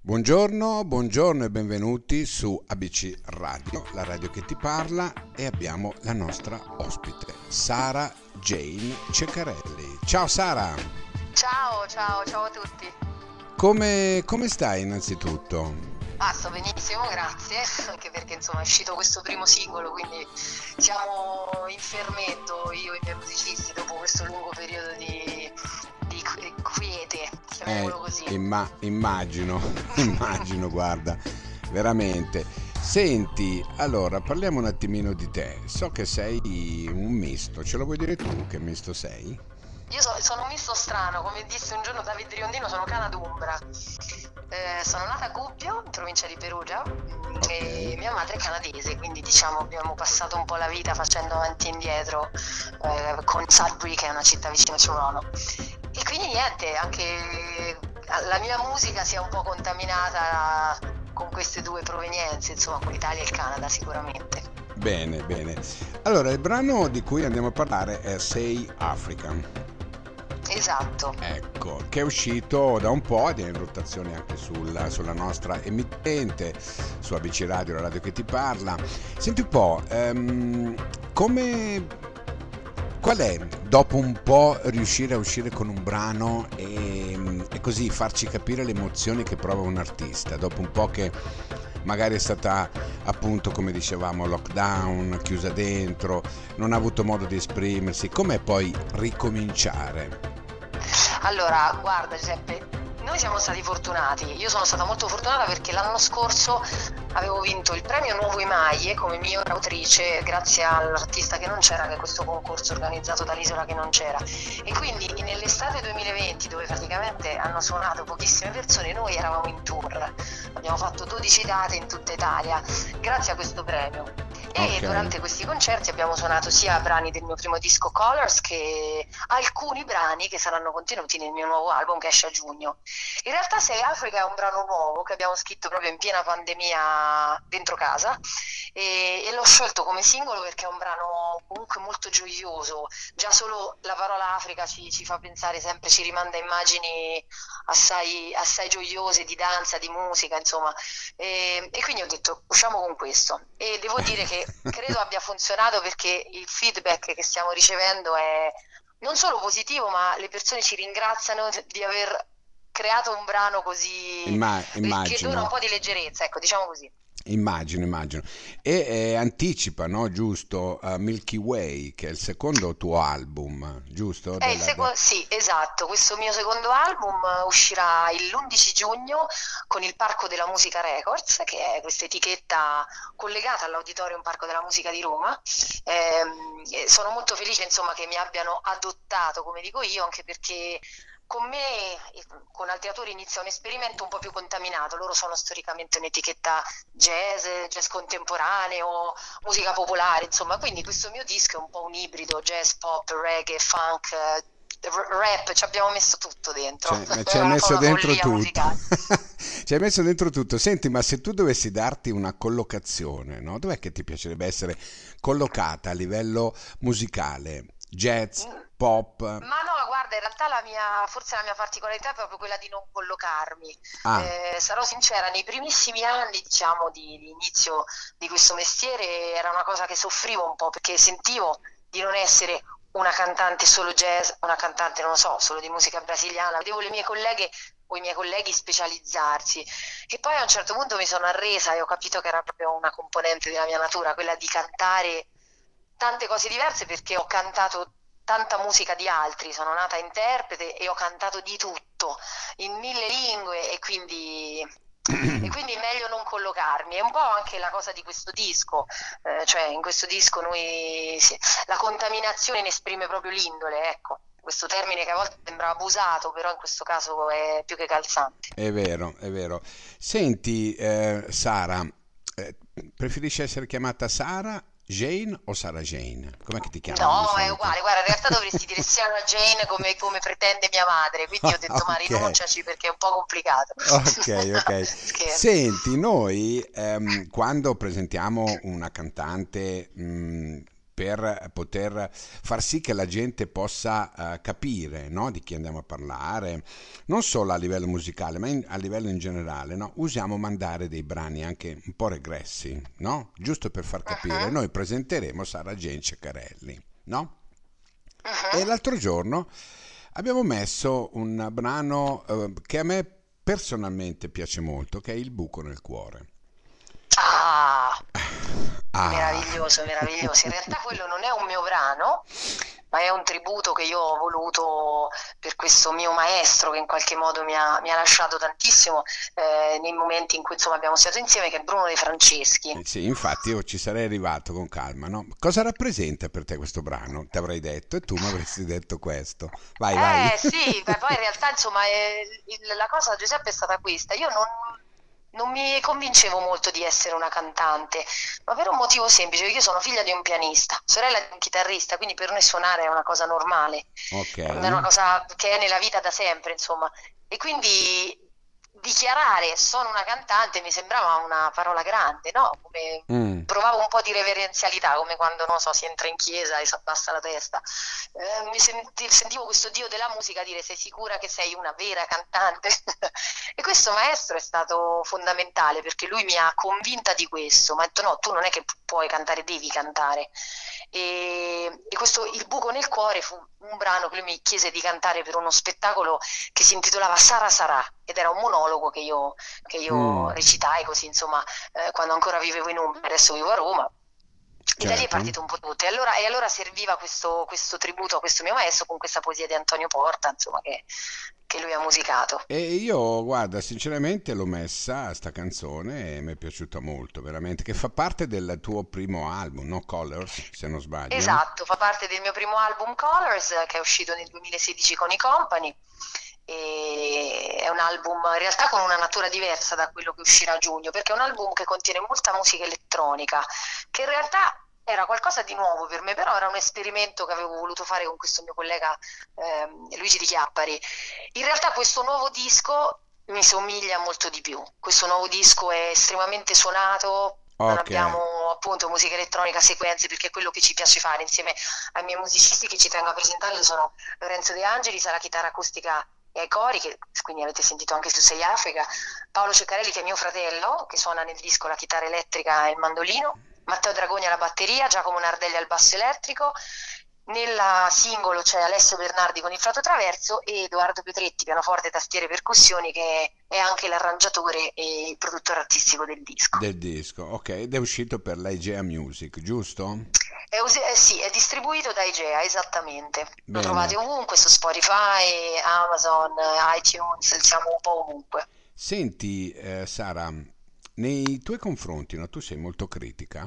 Buongiorno, buongiorno e benvenuti su ABC Radio, la radio che ti parla, e abbiamo la nostra ospite, Sara Jane Ceccarelli. Ciao Sara! Ciao a tutti. Come stai innanzitutto? Sto benissimo, grazie, anche perché insomma è uscito questo primo singolo, quindi siamo in fermento, io e i miei musicisti, dopo questo lungo periodo di quiete, chiamiamolo così. Immagino, immagino, guarda, veramente. Senti, allora parliamo un attimino di te. So che sei un misto, ce lo vuoi dire tu che misto sei? Io sono un misto strano, come disse un giorno David Riondino, sono cana d'umbra. Sono nata a Gubbio, in provincia di Perugia, e Ok. mia madre è canadese, quindi diciamo abbiamo passato un po' la vita facendo avanti e indietro con Sudbury, che è una città vicino a Toronto. E quindi niente, anche la mia musica si è un po' contaminata con queste due provenienze, insomma, con l'Italia e il Canada sicuramente. Bene, bene. Allora, il brano di cui andiamo a parlare è Say African. Esatto. Ecco, che è uscito da un po' ed è in rotazione anche sulla nostra emittente, su ABC Radio, la radio che ti parla. Senti un po', come, qual è dopo un po' riuscire a uscire con un brano e così farci capire le emozioni che prova un artista, dopo un po' che magari è stata appunto, come dicevamo, lockdown, chiusa dentro, non ha avuto modo di esprimersi, com'è poi ricominciare? Allora, guarda Giuseppe, noi siamo stati fortunati, io sono stata molto fortunata perché l'anno scorso avevo vinto il premio Nuovo Emaille come miglior autrice grazie all'artista che non c'era, che è questo concorso organizzato dall'Isola che non c'era. E quindi nell'estate 2020, dove praticamente hanno suonato pochissime persone, noi eravamo in tour, abbiamo fatto 12 date in tutta Italia grazie a questo premio. E Ok. durante questi concerti abbiamo suonato sia brani del mio primo disco Colors che alcuni brani che saranno contenuti nel mio nuovo album che esce a giugno. In realtà Sei Africa è un brano nuovo che abbiamo scritto proprio in piena pandemia dentro casa e l'ho scelto come singolo perché è un brano comunque molto gioioso. Già solo la parola Africa ci fa pensare sempre, ci rimanda a immagini assai gioiose di danza, di musica, insomma. E quindi ho detto usciamo con questo e devo dire che credo abbia funzionato perché il feedback che stiamo ricevendo è non solo positivo, ma le persone ci ringraziano di aver creato un brano così che dona un Immagino, po' di leggerezza, ecco, diciamo così. immagino. E anticipa, no, giusto, Milky Way, che è il secondo tuo album, giusto? È il sì, esatto, questo mio secondo album uscirà l'11 giugno con il Parco della Musica Records, che è questa etichetta collegata all'Auditorium Parco della Musica di Roma. E sono molto felice, insomma, che mi abbiano adottato, come dico io, anche perché con me e con altri autori inizia un esperimento un po' più contaminato. Loro sono storicamente un'etichetta jazz contemporaneo, musica popolare, insomma, quindi questo mio disco è un po' un ibrido jazz, pop, reggae, funk, rap, ci abbiamo messo tutto dentro, Ci è hai un po' messo una dentro follia tutto. musicale. Ci hai messo dentro tutto. Senti, ma se tu dovessi darti una collocazione, no? Dov'è che ti piacerebbe essere collocata a livello musicale? Jazz, Mm. pop? Ma no, guarda, in realtà forse la mia particolarità è proprio quella di non collocarmi. Ah, Sarò sincera, nei primissimi anni, diciamo, di inizio di questo mestiere era una cosa che soffrivo un po' perché sentivo di non essere una cantante solo jazz, una cantante, non lo so, solo di musica brasiliana. Vedevo le mie colleghe o i miei colleghi specializzarsi e poi a un certo punto mi sono arresa e ho capito che era proprio una componente della mia natura, quella di cantare tante cose diverse perché ho cantato tanta musica di altri, sono nata interprete e ho cantato di tutto in mille lingue e quindi è meglio non collocarmi. È un po' anche la cosa di questo disco, cioè in questo disco la contaminazione ne esprime proprio l'indole, ecco. Questo termine che a volte sembra abusato, però in questo caso è più che calzante. è vero, è vero. Senti, Sara, eh, preferisci essere chiamata Sara Jane o Sara Jane? Com'è che ti chiamano di No, è solito? uguale, guarda, in realtà dovresti dire Sarah Jane come pretende mia madre, quindi ho detto ma Ok, rinunciaci perché è un po' complicato. ok. Scherzo. Senti, noi quando presentiamo una cantante per poter far sì che la gente possa capire, no, di chi andiamo a parlare, non solo a livello musicale, ma a livello in generale, no? Usiamo mandare dei brani anche un po' regressi, no? Giusto per far capire. Mhm, Noi presenteremo Sara Jane Ceccarelli, no? E mhm. l'altro giorno abbiamo messo un brano che a me personalmente piace molto, che è Il buco nel cuore. Ah, Ah, meraviglioso, meraviglioso. In realtà quello non è un mio brano, ma è un tributo che io ho voluto per questo mio maestro che in qualche modo mi ha lasciato tantissimo nei momenti in cui insomma abbiamo stato insieme, che è Bruno De Franceschi. sì, infatti io ci sarei arrivato con calma, no? Cosa rappresenta per te questo brano? Ti avrei detto e tu mi avresti detto questo. Vai, vai. Sì, beh, poi in realtà insomma la cosa Giuseppe è stata questa. Io non mi convincevo molto di essere una cantante, ma per un motivo semplice, perché io sono figlia di un pianista, sorella di un chitarrista, quindi per noi suonare è una cosa normale, Ok. è una cosa che è nella vita da sempre, insomma. E quindi dichiarare sono una cantante mi sembrava una parola grande, no? Come Mm, provavo un po' di reverenzialità, come quando, non so, si entra in chiesa e si abbassa la testa. Sentivo questo dio della musica dire sei sicura che sei una vera cantante? E questo maestro è stato fondamentale perché lui mi ha convinta di questo, mi ha detto no, tu non è che puoi cantare, devi cantare. E questo Il buco nel cuore fu un brano che lui mi chiese di cantare per uno spettacolo che si intitolava Sara Sarà ed era un monologo che io mm, recitai così, insomma, quando ancora vivevo in Umbria, adesso vivo a Roma. E da lì è certo. partito un po' tutto. E allora serviva questo tributo a questo mio maestro con questa poesia di Antonio Porta, insomma, che lui ha musicato. E io, guarda, sinceramente l'ho messa, sta canzone, e mi è piaciuta molto, veramente, che fa parte del tuo primo album, no? Colors, se non sbaglio. Esatto, fa parte del mio primo album Colors, che è uscito nel 2016 con i Company. E è un album in realtà con una natura diversa da quello che uscirà a giugno, perché è un album che contiene molta musica elettronica, che in realtà era qualcosa di nuovo per me, però era un esperimento che avevo voluto fare con questo mio collega Luigi Di Chiappari. In realtà questo nuovo disco mi somiglia molto di più. Questo nuovo disco è estremamente suonato, non Ok, abbiamo appunto musica elettronica, sequenze, perché è quello che ci piace fare insieme ai miei musicisti che ci tengo a presentarli sono Lorenzo De Angelis alla chitarra acustica e ai cori, che quindi avete sentito anche su Sei Africa, Paolo Ceccarelli che è mio fratello, che suona nel disco la chitarra elettrica e il mandolino, Matteo Dragoni alla batteria, Giacomo Nardelli al basso elettrico, nella singolo c'è Alessio Bernardi con il flauto traverso e Edoardo Pietretti, pianoforte, tastiere e percussioni, che è anche l'arrangiatore e il produttore artistico del disco. del disco, ok, ed è uscito per la Igea Music, giusto? Sì, è distribuito da Igea, esattamente. Lo trovate Bene. ovunque su Spotify, Amazon, iTunes, siamo un po' ovunque. Senti, Sara, nei tuoi confronti, no, tu sei molto critica.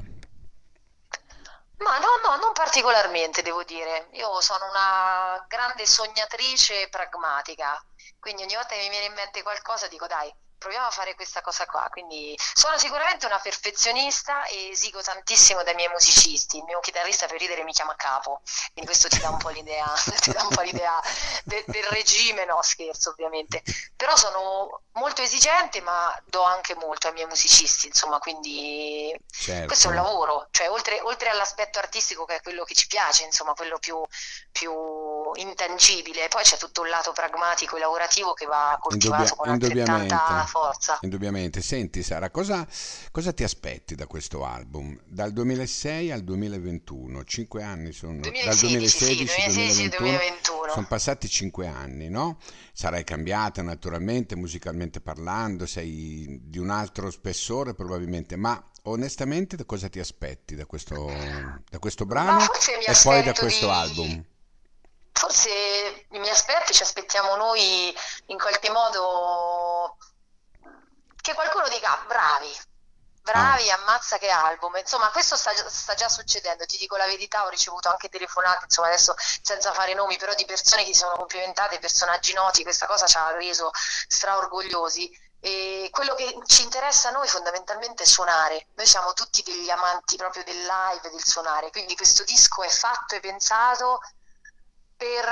Ma no, no, non particolarmente, devo dire. Io sono una grande sognatrice pragmatica, quindi ogni volta che mi viene in mente qualcosa dico dai, proviamo a fare questa cosa qua. Quindi sono sicuramente una perfezionista e esigo tantissimo dai miei musicisti. Il mio chitarrista per ridere mi chiama Capo, quindi questo ti dà un po' l'idea, ti dà un po' l'idea del regime, no, scherzo ovviamente. Però sono molto esigente, ma do anche molto ai miei musicisti, insomma, quindi questo è un Certo. lavoro, cioè oltre all'aspetto artistico che è quello che ci piace, insomma, quello più intangibile, poi c'è tutto un lato pragmatico e lavorativo che va coltivato con altrettanta Indubbiamente, forza. indubbiamente. Senti Sara, cosa ti aspetti da questo album? Dal 2006 al 2021, 5 anni sono, dal 2016, sì, 2016 al 2016 e 2021, 2021. sono passati 5 anni, no? Sarai cambiata naturalmente, musicalmente parlando, sei di un altro spessore probabilmente, ma onestamente cosa ti aspetti da questo Ma brano forse mi e poi da aspetto questo di... album? Forse mi aspetto, ci aspettiamo noi in qualche modo che qualcuno dica bravi, Ah, bravi, ammazza che album. Insomma, questo sta già succedendo, ti dico la verità, ho ricevuto anche telefonate, insomma, adesso senza fare nomi, però di persone che si sono complimentate, personaggi noti, questa cosa ci ha reso straorgogliosi. E quello che ci interessa a noi fondamentalmente è suonare. Noi siamo tutti degli amanti proprio del live, del suonare, quindi questo disco è fatto e pensato per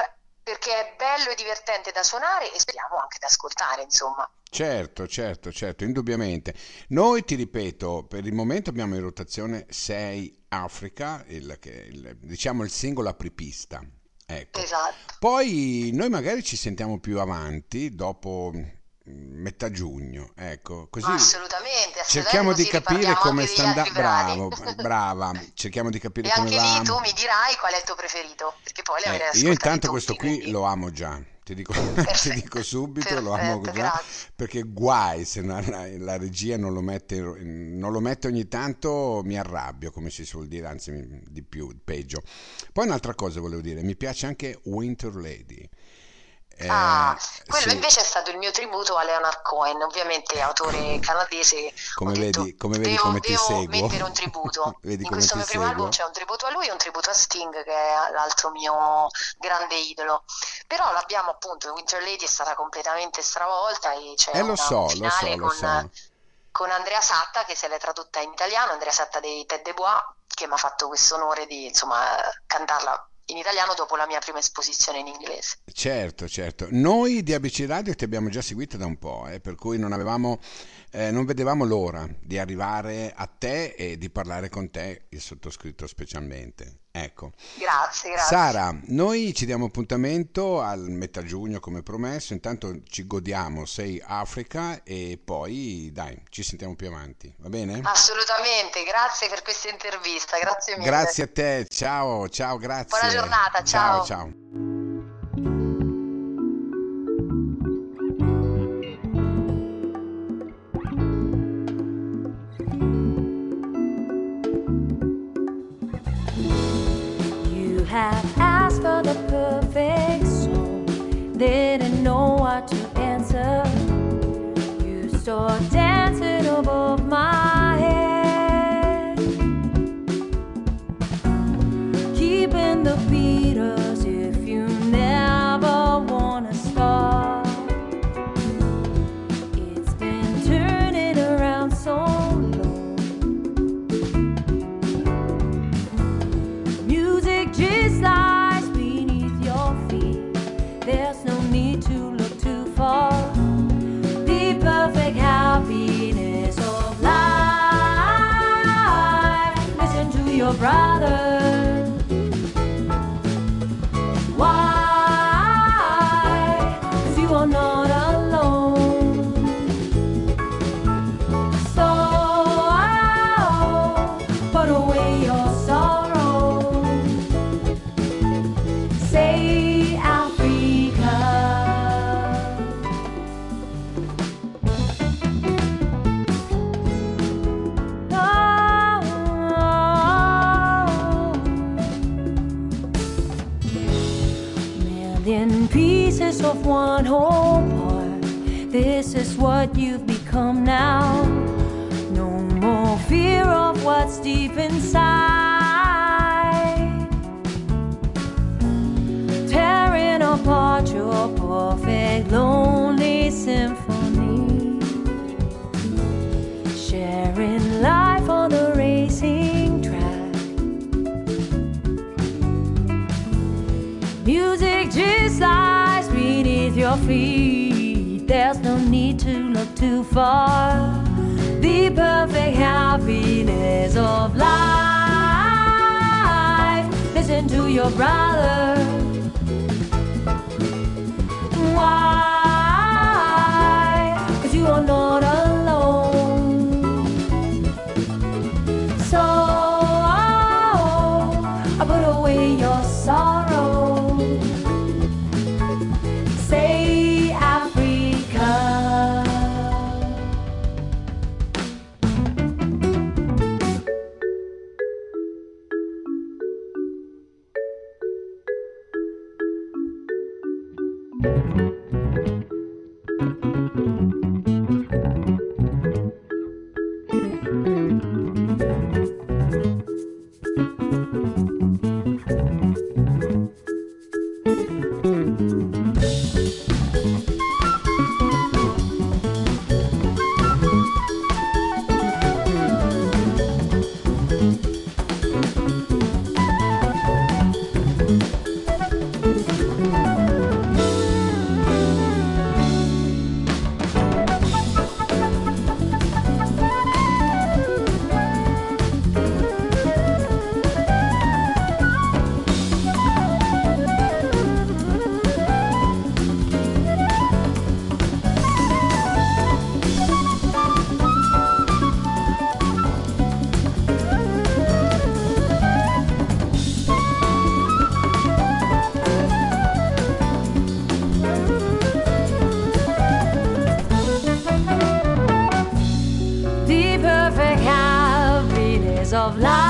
perché è bello e divertente da suonare e speriamo anche da ascoltare, insomma. Certo, certo, certo, indubbiamente. Noi, ti ripeto, per il momento abbiamo in rotazione 6 Africa, diciamo il singolo apripista. Ecco. Esatto. Poi noi magari ci sentiamo più avanti, dopo metà giugno, ecco, Ma così assolutamente, assolutamente, cerchiamo di così capire riparliamo come anche sta degli andando. altri brani. Bravo, brava, cerchiamo di E capire come anche lì va. tu mi dirai qual è il tuo preferito, perché poi li avrei Io ascoltati intanto questo tutti, qui quindi lo amo già, ti dico, ti dico perfetto, subito, lo amo perfetto, già, grazie. perché guai se la regia non lo mette ogni tanto, mi arrabbio, come si suol dire, anzi di più, peggio. Poi un'altra cosa volevo dire, mi piace anche Winter Lady. Ah, quello Sì, invece è stato il mio tributo a Leonard Cohen, ovviamente autore canadese. Ho come detto, vedi, come vedi come ti devo seguo, mettere un tributo. vedi In come questo ti mio primo album seguo. c'è un tributo a lui e un tributo a Sting, che è l'altro mio grande idolo. Però l'abbiamo appunto, Winter Lady è stata completamente stravolta e c'è Lo un so, lo so, finale lo so. con Andrea Satta, che se l'è tradotta in italiano, Andrea Satta dei Tête de Bois, che mi ha fatto questo onore di insomma cantarla in italiano dopo la mia prima esposizione in inglese. Certo, certo. Noi di ABC Radio ti abbiamo già seguito da un po', per cui non vedevamo l'ora di arrivare a te e di parlare con te, il sottoscritto specialmente. Ecco. Grazie, grazie. Sara, noi ci diamo appuntamento al metà giugno come promesso, intanto ci godiamo Sei Africa e poi dai, ci sentiamo più avanti, va bene? Assolutamente, grazie per questa intervista, grazie mille. Grazie a te, ciao, ciao, Buona grazie. giornata, Ciao, ciao. ciao. You have asked for the perfect song, didn't know what to answer. You start dancing above my head, keeping the beat as if you never wanna stop. It's been turning around so long. Music just lies beneath your feet. There's no need to look too far. The perfect happiness of life. Listen to your brother. Why? 'Cause you are not alone. So put away your sorrow. Say Africa. Million pieces of one whole part. This is what you've become now. No more fear of what's deep inside, tearing apart your perfect lonely symphony, sharing life on the racing track. Music just lies beneath your feet. There's no need to look too far. The perfect happiness of life. Listen to your brother. Why? 'Cause you are not alone. So I put away your sorrow. Say Africa.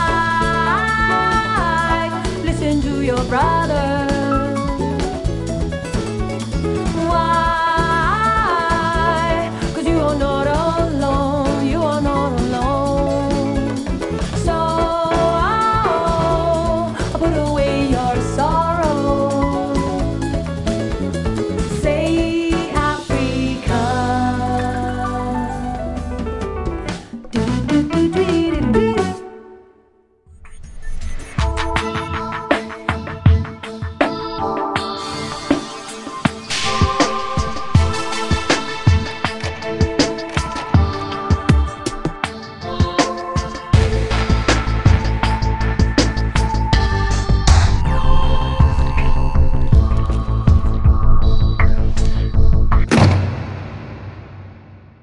Listen to your brother.